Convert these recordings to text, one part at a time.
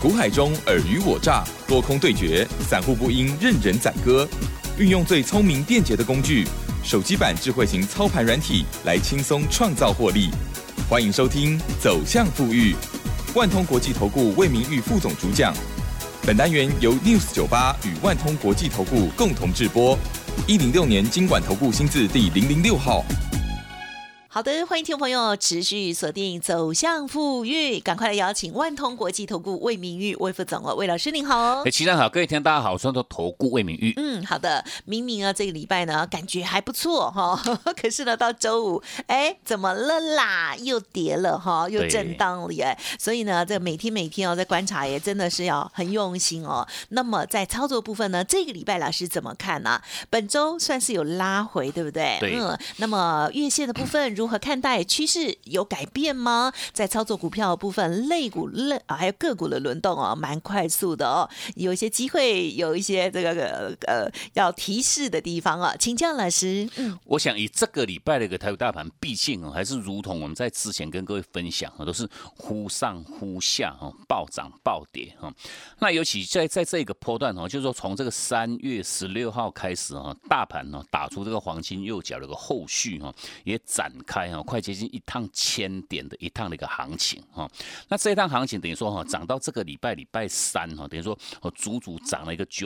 股海中尔虞我诈，多空对决，散户不应任人宰割。运用最聪明便捷的工具，手机版智慧型操盘软体来轻松创造获利。欢迎收听《走向富裕》，万通国际投顾魏明玉副总主讲。本单元由 News98 与万通国际投顾共同制播。106年金管投顾新字第006号。 好的，欢迎听众朋友持续锁定走向富裕，赶快来邀请万通国际投顾魏明玉魏副总魏老师您好。 齐上好，各位听众大家好，我是投顾魏明玉。 好的，明明啊这个礼拜呢感觉还不错哈，可是呢到周五怎么了啦？又跌了哈，又震荡了耶。所以呢这每天在观察也真的是要很用心哦。那么在操作部分呢，这个礼拜老师怎么看呢？本周算是有拉回，对不对？ 对。 那么月线的部分如何看待？趋势有改变吗？在操作股票的部分，类股还有个股的轮动哦，蛮快速的哦，有一些机会，有一些这个要提示的地方啊，请教老师。 我想以这个礼拜的一个台股大盘，毕竟还是如同我们在之前跟各位分享都是忽上忽下暴涨暴跌那尤其在这个波段就是说从这个3月16号开始大盘打出这个黄金右脚的一个后续也展开快接近1000点的一趟的一个行情那这一趟行情等于说涨到这个礼拜三等于说足涨了一个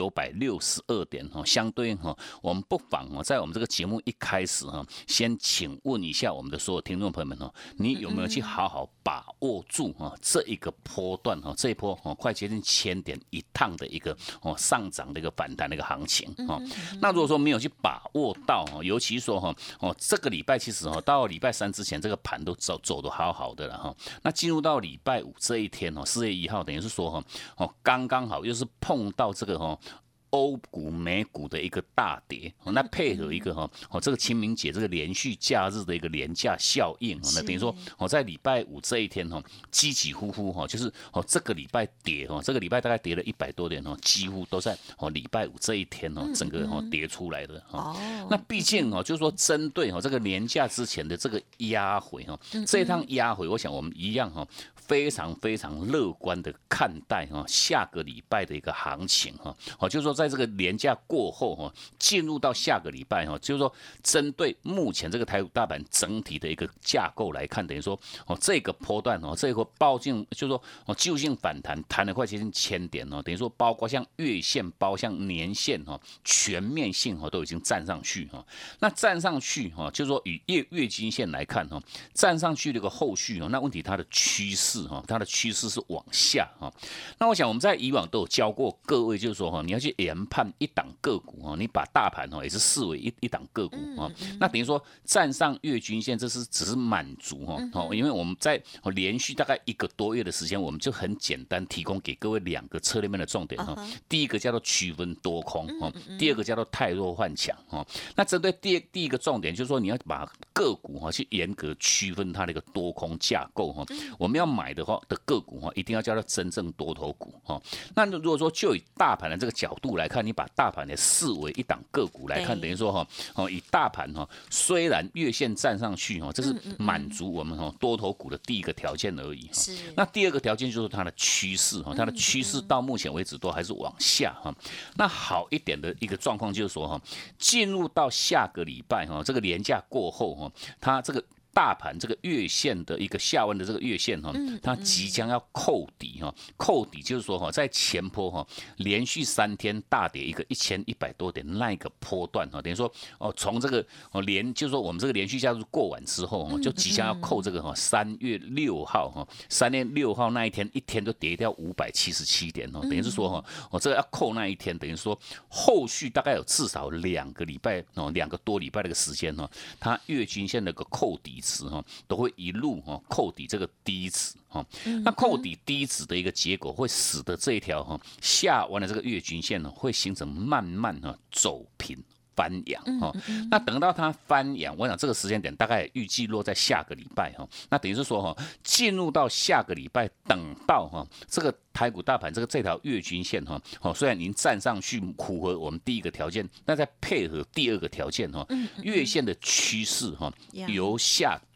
962点相对应我们不妨在我们这个节目一开始先请问一下我们的所有听众朋友们你有没有去好好把握住这一个波段这一波快接近1000点一趟的一个上涨的一个反弹的一个行情那如果说没有去把握到尤其说这个礼拜其实到礼拜三之前这个盘都走得好好的了那进入到礼拜五这一天4月1号等于是说刚刚好又是碰到这个欧股、美股的一个大跌，那配合一个这个清明节这个连续假日的一个连假效应，那等于说在礼拜五这一天起起伏伏就是这个礼拜跌这个礼拜大概跌了100多点几乎都在礼拜五这一天整个跌出来的那毕竟就是说针对这个连假之前的这个压回这一趟压回，我想我们一样非常非常乐观的看待下个礼拜的一个行情就是说在这个连假过后进入到下个礼拜就是说针对目前这个台股大盘整体的一个架构来看，等于说这个波段这个报进就是说就近反弹弹了快接近1000点等于说包括像月线包像年线全面性都已经站上去那站上去就是说以月均线来看站上去的一个后续那问题它的趋势是往下那我想我们在以往都有教过各位，就是说你要去研判一档个股你把大盘也是视为一档个股那等于说站上月均线，这是只是满足因为我们在连续大概1个多月的时间，我们就很简单提供给各位2个策略面的重点第一个叫做区分多空第二个叫做汰弱换强那针对第一个重点，就是说你要把个股去严格区分它的一个多空架构我们要买的个股一定要叫做真正多头股那如果说就以大盘的这个角度来看，你把大盘的视为一档个股来看，等于说以大盘虽然月线站上去这是满足我们多头股的第一个条件而已那第二个条件就是它的趋势它的趋势到目前为止都还是往下那好一点的一个状况就是说进入到下个礼拜这个连假过后它这个大盘这个月线的一个下弯的这个月线它即将要扣底扣底就是说在前波连续3天大跌一个1100多点那一个波段等于说从这个就是说我们这个连续假日过完之后就即将要扣这个3月6号3月6号那一天一天都跌掉577点等于是说这个要扣那一天，等于说后续大概有至少2个礼拜2个多礼拜的一个时间它月均线的一个扣底都会一路扣底这个低值那扣底低值的一个结果，会使得这一条下弯的这个月均线会形成慢慢走平翻扬那等到它翻扬，我想这个时间点大概预计落在下个礼拜那等于是说进入到下个礼拜，等到这个台股大盘这条月均线虽然已经站上去符合我们第一个条件，但再配合第二个条件月线的趋势由下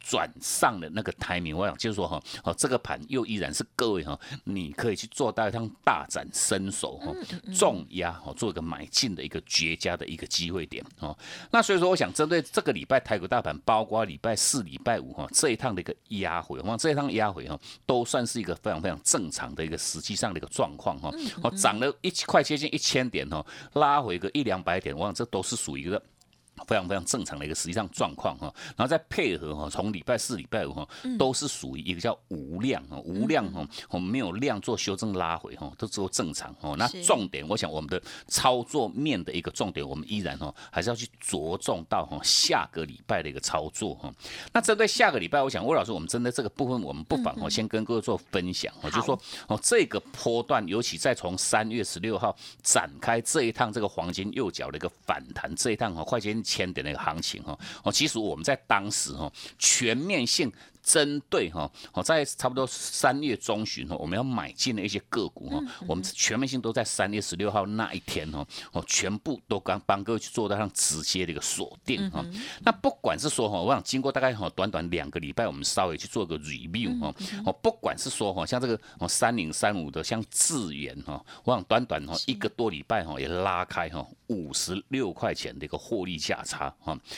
转上的那个 timing， 我想就是说这个盘又依然是各位你可以去做到一趟大展身手重压做一个买进的一个绝佳的一个机会点那所以说，我想针对这个礼拜台股大盘，包括礼拜4、礼拜5这一趟的一个压回，这一趟压回都算是一个非常非常正常的一个实际上的一个状况涨了快接近1000点拉回个100-200点，我想这都是属于一个非常非常正常的一个实际上状况然后再配合从礼拜4、礼拜5都是属于一个叫无量没有量做修正拉回都只有正常那重点，我想我们的操作面的一个重点，我们依然还是要去着重到下个礼拜的一个操作那针对下个礼拜，我想魏老师，我们针对这个部分，我们不妨先跟各位做分享就是说这个波段，尤其在从3月16号展开这一趟这个黄金右脚的一个反弹，这一趟快接近1000点的一个行情其实我们在当时全面性针对在差不多3月中旬我们要买进的一些个股我们全面性都在3月16号那一天全部都帮各位去做到上直接的一个锁定那不管是说我想经过大概短短2个礼拜，我们稍微去做个 review 不管是说像这个3035的像智原我想短短1个多礼拜也拉开56块钱的一个获利价差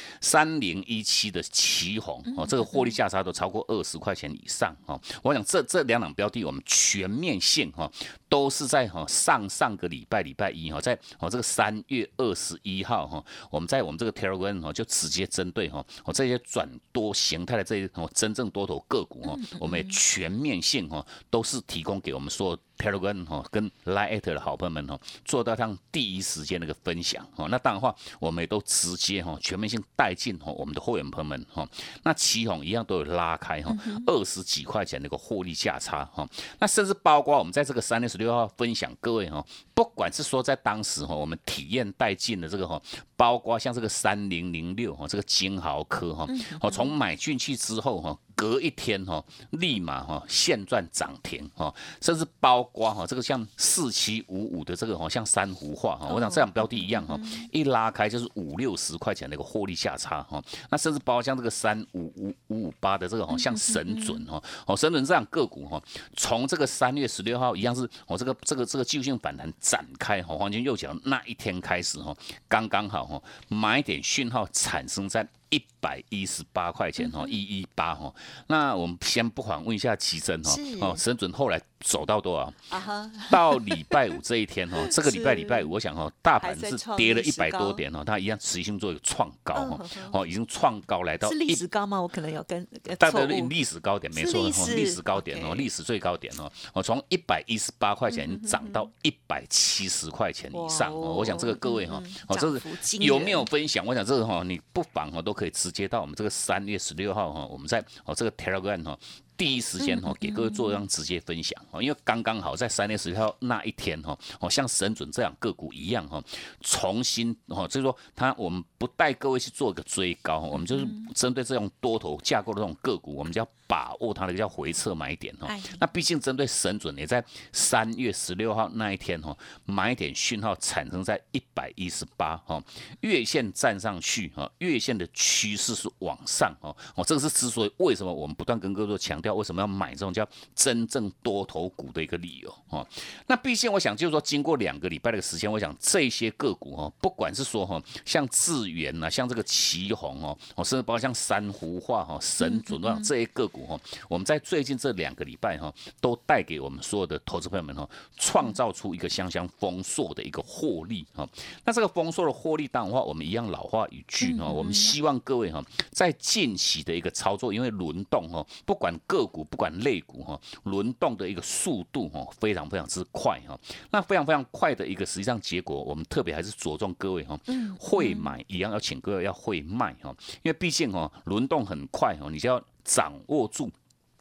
3017的奇鋐这个获利价差都超过20块钱以上我想这两档标的，我们全面性都是在上个礼拜一在这个3月21号我们在我们这个 Telegram 就直接针对这些转多形态的这些真正多头个股我们也全面性都是提供给我们所有Telegram 跟 Line@ 的好朋友们做到上第一时间的一个分享那当然话，我们也都直接全面性带进我们的会员朋友们那奇鋐一样都有拉开20几块钱的一个获利价差那甚至包括我们在这个3月16号分享各位不管是说在当时我们体验带进的这个包括像这个3006这个金豪科从买进去之后隔一天立马现赚涨停甚至包括这个像4755的这个像珊瑚化我想这样标的一样一拉开就是50-60块钱的一个获利价差那甚至包括像这个35558的这个像神准神准这样个股从这个3月16号一样是这个技术性反弹展开黄金右脚那一天开始刚刚好买点讯号产生在118块钱118那我们先不妨问一下奇珍神准后来走到多少到礼拜5这一天这个礼拜5我想大盘是跌了100多点它一样持续性做一个创高已经创高来到是历史高吗？我可能有跟大概历史高点没错历史高点历史最高点从118块钱涨到170块钱以上我想这个各位这是有没有分享？我想这个你不妨都可以直接到我们这个3月16号我们在这个 Telegram 第一时间给各位做这样直接分享因为刚刚好在3月10号那一天像神准这样个股一样重新就是说我们不带各位去做一个追高我们就是针对这种多头架构的这种个股，我们就要把握它的叫回撤买点那毕竟针对神准也在3月16号那一天买点讯号产生在118月线站上去月线的趋势是往上这个是之所以为什么我们不断跟各位做强调为什么要买这种叫真正多头股的一个理由那毕竟我想就是说经过2个礼拜的时间，我想这些个股不管是说像智原像这个奇鋐甚至包括像珊瑚化神准这些个股我们在最近这2个礼拜都带给我们所有的投资朋友们创造出一个相丰硕的一个获利那这个丰硕的获利当然话，我们一样老话一句我们希望各位在近期的一个操作，因为轮动不管个股不管类股轮动的一个速度非常非常之快那非常非常快的一个实际上结果，我们特别还是着重各位会买一样要请各位要会卖因为毕竟轮动很快你就要掌握住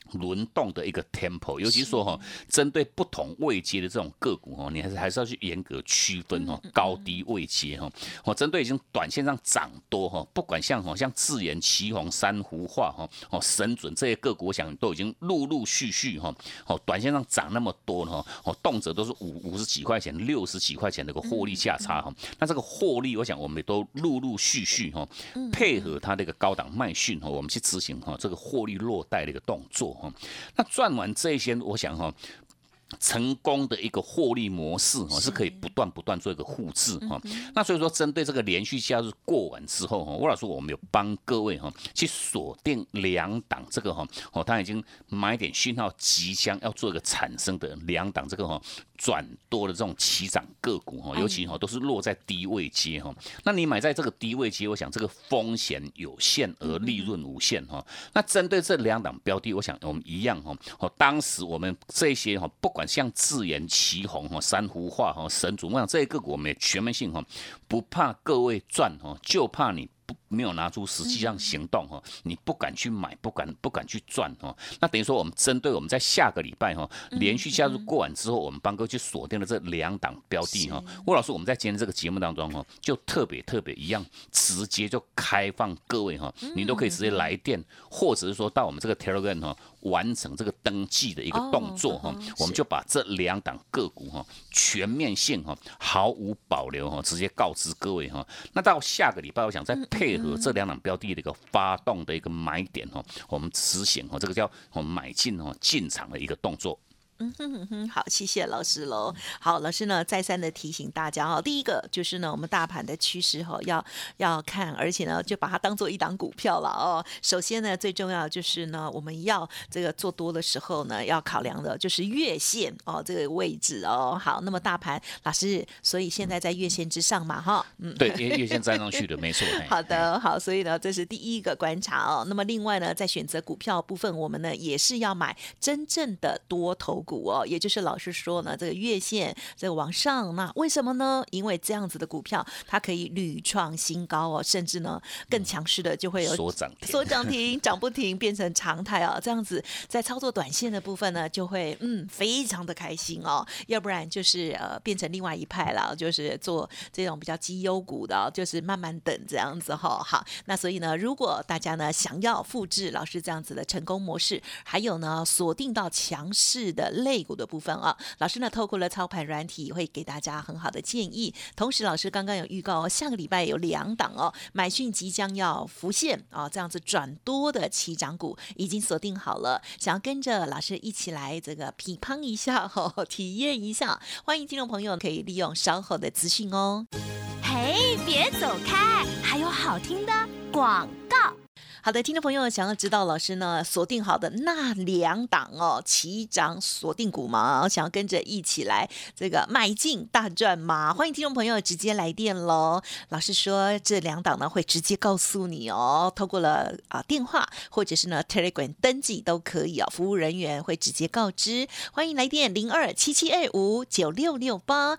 轮动的一个 tempo， 尤其是说针对不同位阶的这种个股你还是要去严格区分高低位阶针对已经短线上涨多不管像智原、奇鋐、珊瑚化神准这些个股，我想都已经陆续短线上涨那么多动辄都是50几块钱、60几块钱的一个获利价差那这个获利，我想我们也都陆续配合它的一个高档卖讯我们去执行这个获利落袋的一个动作。那赚完这一些，我想成功的一个获利模式是可以不断做一个复制那所以说，针对这个连续假日过完之后魏老师我们有帮各位去锁定2档这个他已经买点讯号即将要做一个产生的2档这个转多的这种起涨个股尤其都是落在低位阶那你买在这个低位阶，我想这个风险有限而利润无限那针对这2档标的，我想我们一样当时我们这些不管像智原、奇鋐、珊瑚化、神准，我想这些个股我们也全面性不怕各位赚就怕你没有拿出实际上行动你不敢去买，不敢去赚那等于说我们针对我们在下个礼拜连续假日过完之后，我们帮各位去锁定了这2档标的魏老师我们在今天这个节目当中就特别一样，直接就开放各位你都可以直接来电，或者是说到我们这个 Telegram完成这个登记的一个动作我们就把这2档个股全面性毫无保留直接告知各位那到下个礼拜，我想再配合这2档标的的一个发动的一个买点我们执行这个叫买进进场的一个动作。 好，谢谢老师喽。好，老师呢再三的提醒大家第一个就是呢，我们大盘的趋势要看，而且呢就把它当做一档股票了首先呢，最重要就是呢，我们要这个做多的时候呢，要考量的就是月线这个位置好，那么大盘老师，所以现在在月线之上嘛对，月线站上去的，没错。 好的，好，所以呢这是第一个观察那么另外呢，在选择股票部分，我们呢也是要买真正的多头股也就是老师说呢，这个月线这个往上，那为什么呢？因为这样子的股票它可以屡创新高甚至呢更强势的就会有缩涨停涨不停变成常态这样子在操作短线的部分呢就会非常的开心要不然就是变成另外一派了，就是做这种比较绩优股的就是慢慢等这样子好，那所以呢，如果大家呢想要复制老师这样子的成功模式，还有呢锁定到强势的类股的部分老师呢透过了操盘软体会给大家很好的建议。同时老师刚刚有预告下个礼拜有2档买讯即将要浮现这样子转多的起涨股已经锁定好了，想要跟着老师一起来这个匹乓一下体验一下，欢迎听众朋友可以利用稍后的资讯嘿，别走开，还有好听的广告。 好的，听众朋友想要知道老师呢锁定好的那2档起涨锁定股吗？想要跟着一起来这个买进大赚吗？欢迎听众朋友直接来电咯。老师说这2档呢会直接告诉你透过了电话或者是呢 Telegram 登记都可以服务人员会直接告知。欢迎来电02-7725-9668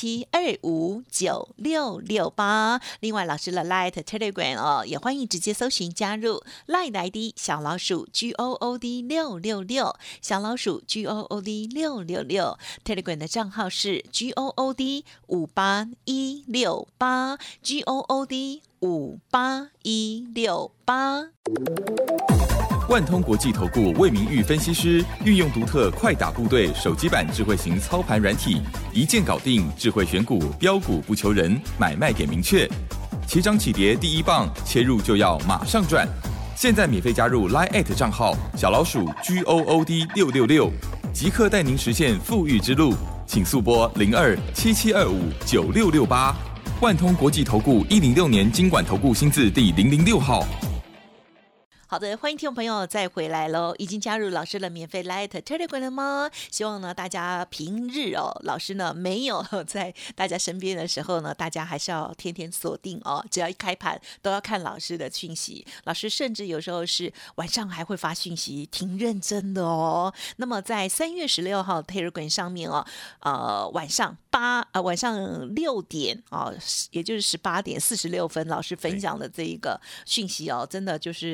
7725-9668。另外老师的 Light Telegram 也欢迎直接搜寻加入LINE 的 ID 小老鼠 GOOD 666，小老鼠 GOOD 666 ，Telegram 的账号是 GOOD 58168 GOOD 58168。 万通国际投顾魏明玉分析师运用独特快打部队手机版智慧型操盘软体，一键搞定智慧选股，标股不求人，买卖点明确。起涨起跌第一棒，切入就要马上赚。现在免费加入 LINE@ 账号小老鼠 GOOD 666，即刻带您实现富裕之路。请速拨02-7725-9668。万通国际投顾106年金管投顾新字第006号。 好的，欢迎听众朋友再回来喽！已经加入老师的免费 Light Telegram 了吗？希望呢大家平日老师呢没有在大家身边的时候呢，大家还是要天天锁定只要一开盘都要看老师的讯息。老师甚至有时候是晚上还会发讯息，挺认真的那么在3月16号 Telegram 上面晚上6点也就是18点46分，老师分享的这一个讯息真的就是对大家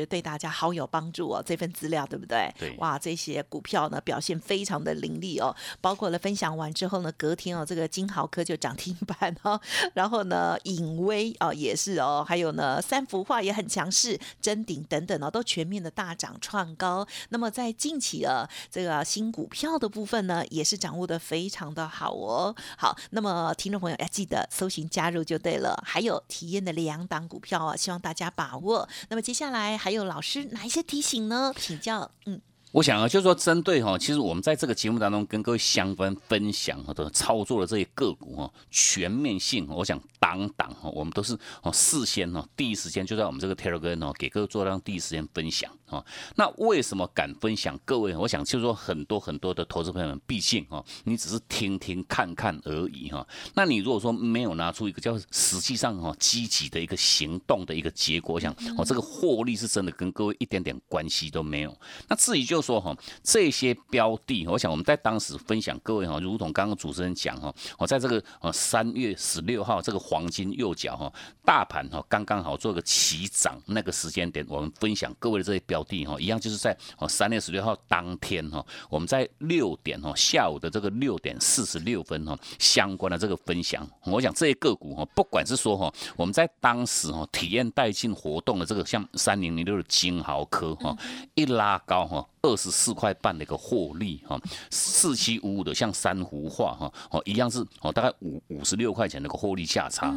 家好有帮助哦，这份资料对不对？ 对， 哇，这些股票呢表现非常的凌厉哦，包括了分享完之后呢，隔天哦，这个金豪科就涨停板哦，然后呢，颖威哦也是哦，还有呢，三幅画也很强势，臻鼎等等哦，都全面的大涨创高。那么在近期这个新股票的部分呢，也是掌握的非常的好哦。好，那么听众朋友要记得搜寻加入就对了。还有体验的2档股票啊，希望大家把握。那么接下来还有老师哪一些提醒呢？请教， 我想啊，就是说针对其实我们在这个节目当中跟各位相关分享的操作的这些个股全面性，我想档我们都是事先第一时间就在我们这个 Telegram 给各位做到第一时间分享。那为什么敢分享？各位，我想就是说很多的投资朋友们，毕竟你只是听看而已那你如果说没有拿出一个叫实际上积极的一个行动的一个结果，我想这个获利是真的跟各位一点点关系都没有。那至于就是说这些标的，我想我们在当时分享各位如同刚刚主持人讲在这个3月16号这个黄金右脚大盘刚刚好做个起涨那个时间点，我们分享各位的这些标的一样，就是在3月16号当天我们在6点下午的这个6点46分相关的这个分享，我想这些个股不管是说我们在当时体验带进活动的这个像3006的金豪科一拉高24块半的一个获利4755的像珊瑚画一样是大概56块钱的一个获利价差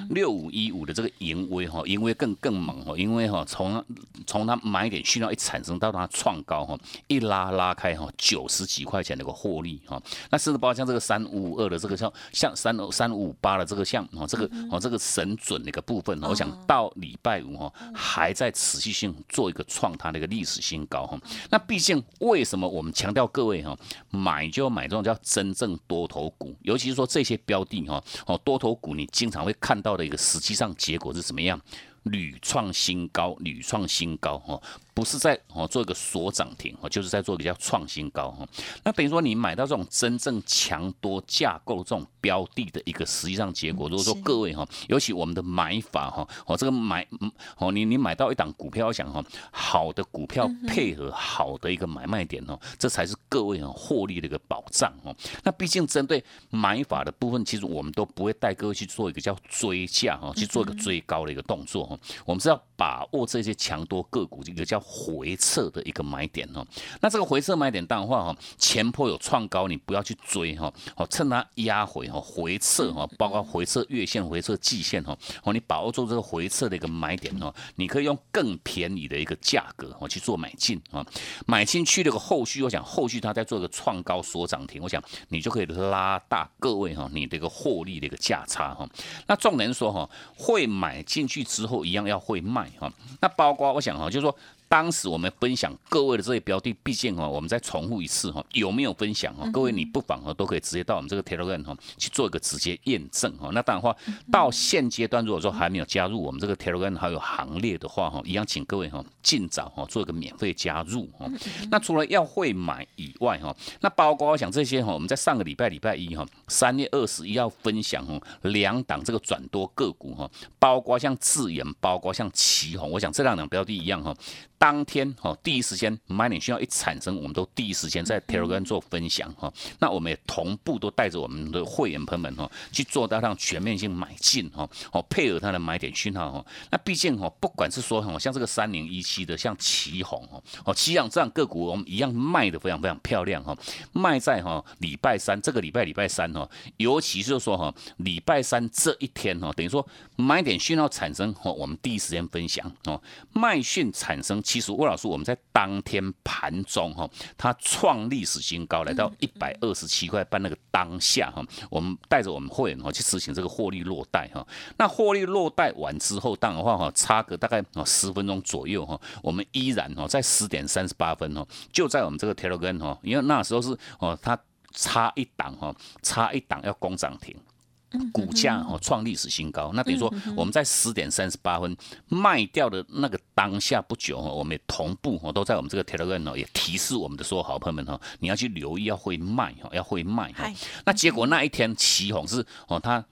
6515的这个盈威更猛因为从它买点讯号一产生到它创高一拉开90几块钱的一个获利那甚至包括像这个3552的这个像3558的这个像这个神准的一个部分我想到礼拜五还在持续性做一个创它的一个历史新高那毕竟为什么我们强调各位买就买这种叫真正多头股，尤其是说这些标的多头股，你经常会看到的一个实际上结果是怎么样？屡创新高，不是在做一个锁涨停就是在做一个叫创新高那等于说你买到这种真正强多架构这种标的的一个实际上结果，如果说各位尤其我们的买法这个你买到一档股票，我想好的股票配合好的一个买卖点这才是各位获利的一个保障那毕竟针对买法的部分，其实我们都不会带各位去做一个叫追价去做一个追高的一个动作我们是要把握这些强多个股一个叫回撤的一个买点那这个回撤买点当然话前波有创高，你不要去追趁它压回回撤包括回撤月线、回撤季线你把握住这个回撤的一个买点你可以用更便宜的一个价格去做买进买进去的个后续，我想后续它再做一个创高锁涨停，我想你就可以拉大各位你的一个获利的一个价差那重点说会买进去之后一样要会卖那包括我想就是说当时我们分享各位的这些标的，毕竟我们再重复一次有没有分享各位你不妨都可以直接到我们这个 Telegram 去做一个直接验证那当然话到现阶段如果说还没有加入我们这个 Telegram 还有行列的话一样请各位尽早做一个免费加入那除了要会买以外那包括我想这些我们在上个礼拜一3月21要分享2档这个转多个股包括像智原，包括像奇鋐，我想这2档标的一样当天第一时间买点讯号一产生，我们都第一时间在 Telegram 做分享那我们也同步都带着我们的会员朋友们去做到让全面性买进配合它的买点讯号那毕竟不管是说像这个3017的像奇鋐奇鋐这样个股我们一样卖的非常非常漂亮卖在礼拜三这个礼拜三尤其是说礼拜三这一天等于说买点讯号产生我们第一时间分享卖讯产生。其实魏老师我们在当天盘中它创历史新高来到127块半那个当下我们带着我们会员去执行这个获利落袋那获利落袋完之后当然话差个大概10分钟左右我们依然在10点38分就在我们这个 Telegram 因为那时候是它差一档要攻涨停股价创历史新高，那等于说我们在10点38分卖掉的那个当下不久我们也同步都在我们这个 Telegram 也提示我们的所有好朋友们你要去留意要会卖那结果那一天奇鋐是它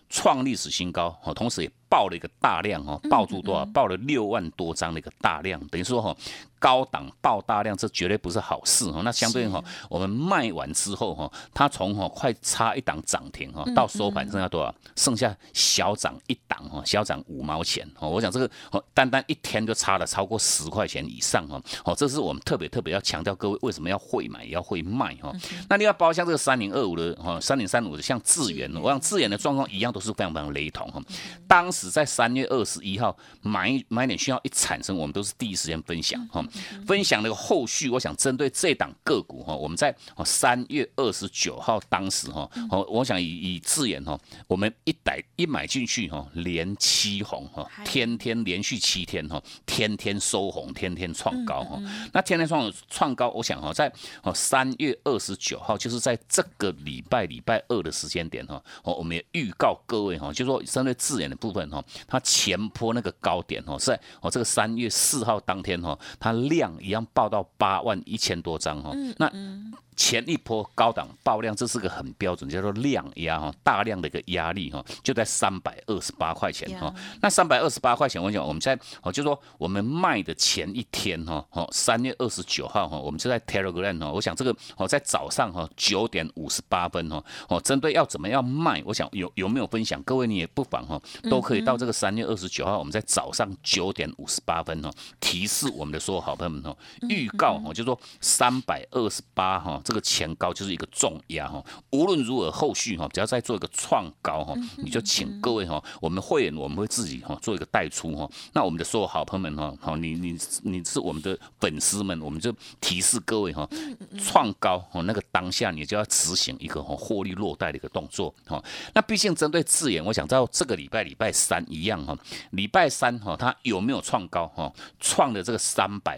创历史新高，同时也爆了一个大量，爆出多少？爆了6万多张的一个大量，等于说高档爆大量，这绝对不是好事。那相对我们卖完之后，它从快差一档涨停到收盘剩下多少？剩下小涨一档，小涨5毛钱。我想这个单一天就差了超过10块钱以上。这是我们特别要强调各位为什么要会买也要会卖。那另外包括像这个3025的3035的像智原，我想智原的状况一样都是非常雷同。当时在3月21号买点讯号一产生，我们都是第一时间分享。分享那个后续，我想针对这档个股我们在3月29号当时我想以智原我们一买进去连7红天天连续7天天天收红，天天创高那天天创高，我想在3月29号，就是在这个礼拜2的时间点我们也预告各位就是说针对智原的部分它前波那个高点是在这个3月4号当天它量一样爆到8万1000多张那前一波高档爆量，这是个很标准叫做量压大量的一个压力就在328块钱那328块钱，我讲我们在就是说我们卖的前一天3月29号我们就在 Telegram 我想这个在早上9点58分针对要怎么样卖，我想有没有分享？各位你也不妨都可以到这个3月29号我们在早上9点58分提示我们的所有好朋友们预告就是说328这个前高就是一个重压无论如何后续只要再做一个创高你就请各位我们会员我们会自己做一个带出那我们的所有好朋友们你是我们的粉丝们，我们就提示各位创高那个当下你就要执行一个获利落袋的一个动作那毕竟针对智原，我想到这个礼拜3一样礼拜3它有没有创高创了这个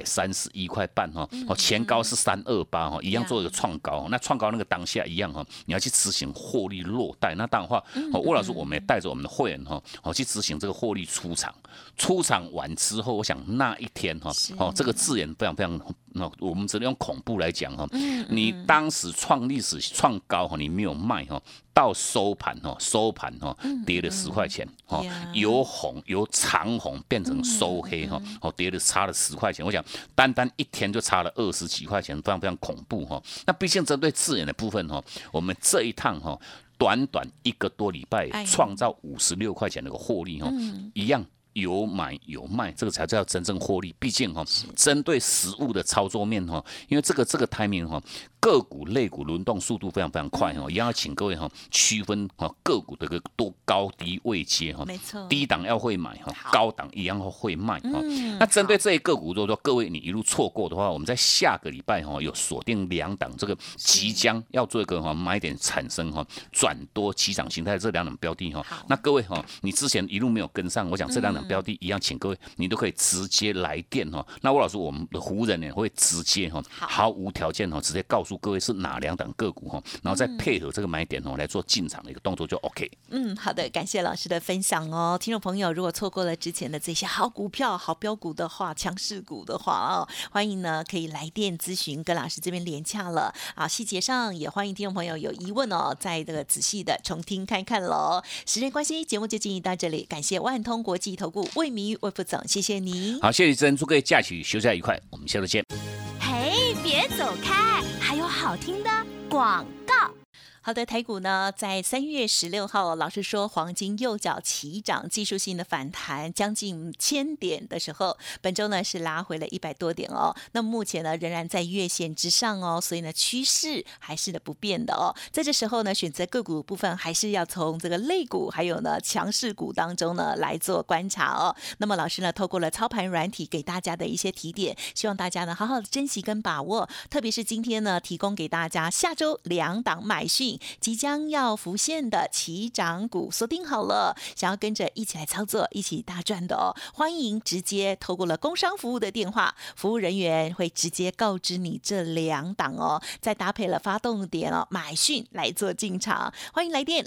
331块半前高是328一样做一个创高，那创高那个当下一样你要去执行获利落袋。那当然话魏老师我们也带着我们的会员去执行这个获利出场完之后，我想那一天这个智原非常我们只能用恐怖来讲你当时创历史创高你没有卖到收盘跌了10块钱由长红变成收黑跌了差了10块钱，我想单一天就差了20几块钱，非常恐怖那毕竟针对智原的部分我们这一趟短1个多礼拜创造56块钱的一个获利一样有买有卖，这个才叫真正获利。毕竟针对实物的操作面因为这个 timing个股类股轮动速度非常快一样要请各位区分个股的一个多高低位阶没错， 低档要会买高档一样会卖那针对这些个股，如果说各位你一路错过的话，我们在下个礼拜有锁定2档这个即将要做一个买点产生转多起涨形态的这2档标的那各位你之前一路没有跟上，我想这2档标的一样，请各位你都可以直接来电那魏老师我们的服务人员会直接毫无条件直接告诉各位是哪2档个股然后再配合这个买点来做进场的一个动作就 OK。 好的，感谢老师的分享听众朋友，如果错过了之前的这些好股票、好标股的话，强势股的话欢迎呢可以来电咨询，跟老师这边连洽了细节上也欢迎听众朋友有疑问在这个仔细的重听看看咯。时间关系，节目就进行到这里，感谢万通国际投顾魏明玉魏副总，谢谢你。 好，谢谢真，祝各位假期休假愉快，我们下周见。 嘿，别走开，还有好听的广告。 好的，台股呢在3月16号，老师说黄金右脚起涨，技术性的反弹将近1000点的时候，本周呢是拉回了100多点那目前呢仍然在月线之上所以呢趋势还是的不变的在这时候呢，选择个股部分还是要从这个类股还有呢强势股当中呢来做观察那么老师呢透过了操盘软体给大家的一些提点，希望大家呢好好的珍惜跟把握，特别是今天呢提供给大家下周2档买讯即将要浮现的起涨股，锁定好了，想要跟着一起来操作一起大赚的欢迎直接透过了工商服务的电话，服务人员会直接告知你这2档再搭配了发动点买讯来做进场，欢迎来电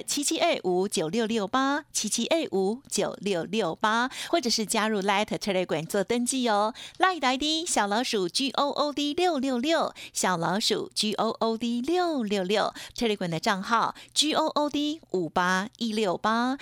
02-7725-9668 7725-9668，或者是加入 Light Telegram 做登记Light ID 小老鼠 GOOD 666 小老鼠 GOOD 666 Telegram 的账号 GOOD58168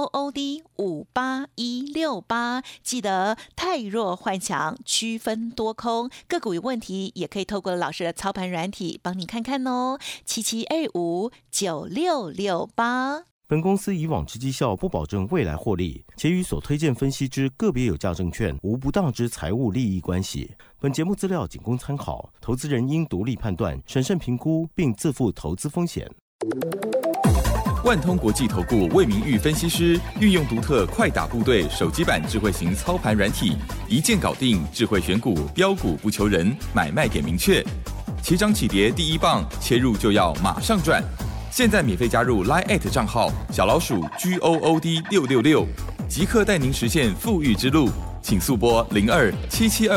GOOD58168，记得太弱换强，区分多空，个股有问题也可以透过老师的操盘软体帮你看看哦。77259668。 本公司以往之绩效不保证未来获利，且与所推荐分析之个别有价证券无不当之财务利益关系。本节目资料仅供参考，投资人应独立判断、审慎评估，并自负投资风险。 万通国际投顾魏明玉分析师运用独特快打部队手机版智慧型操盘软体，一键搞定智慧选股，标股不求人，买卖点明确。起涨起跌第一棒，切入就要马上赚。现在免费加入 Line@ 账号小老鼠 GOOD666，即刻带您实现富裕之路。请速拨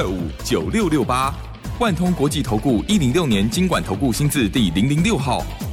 02-7725-9668。万通国际投顾106年金管投顾新字第006号。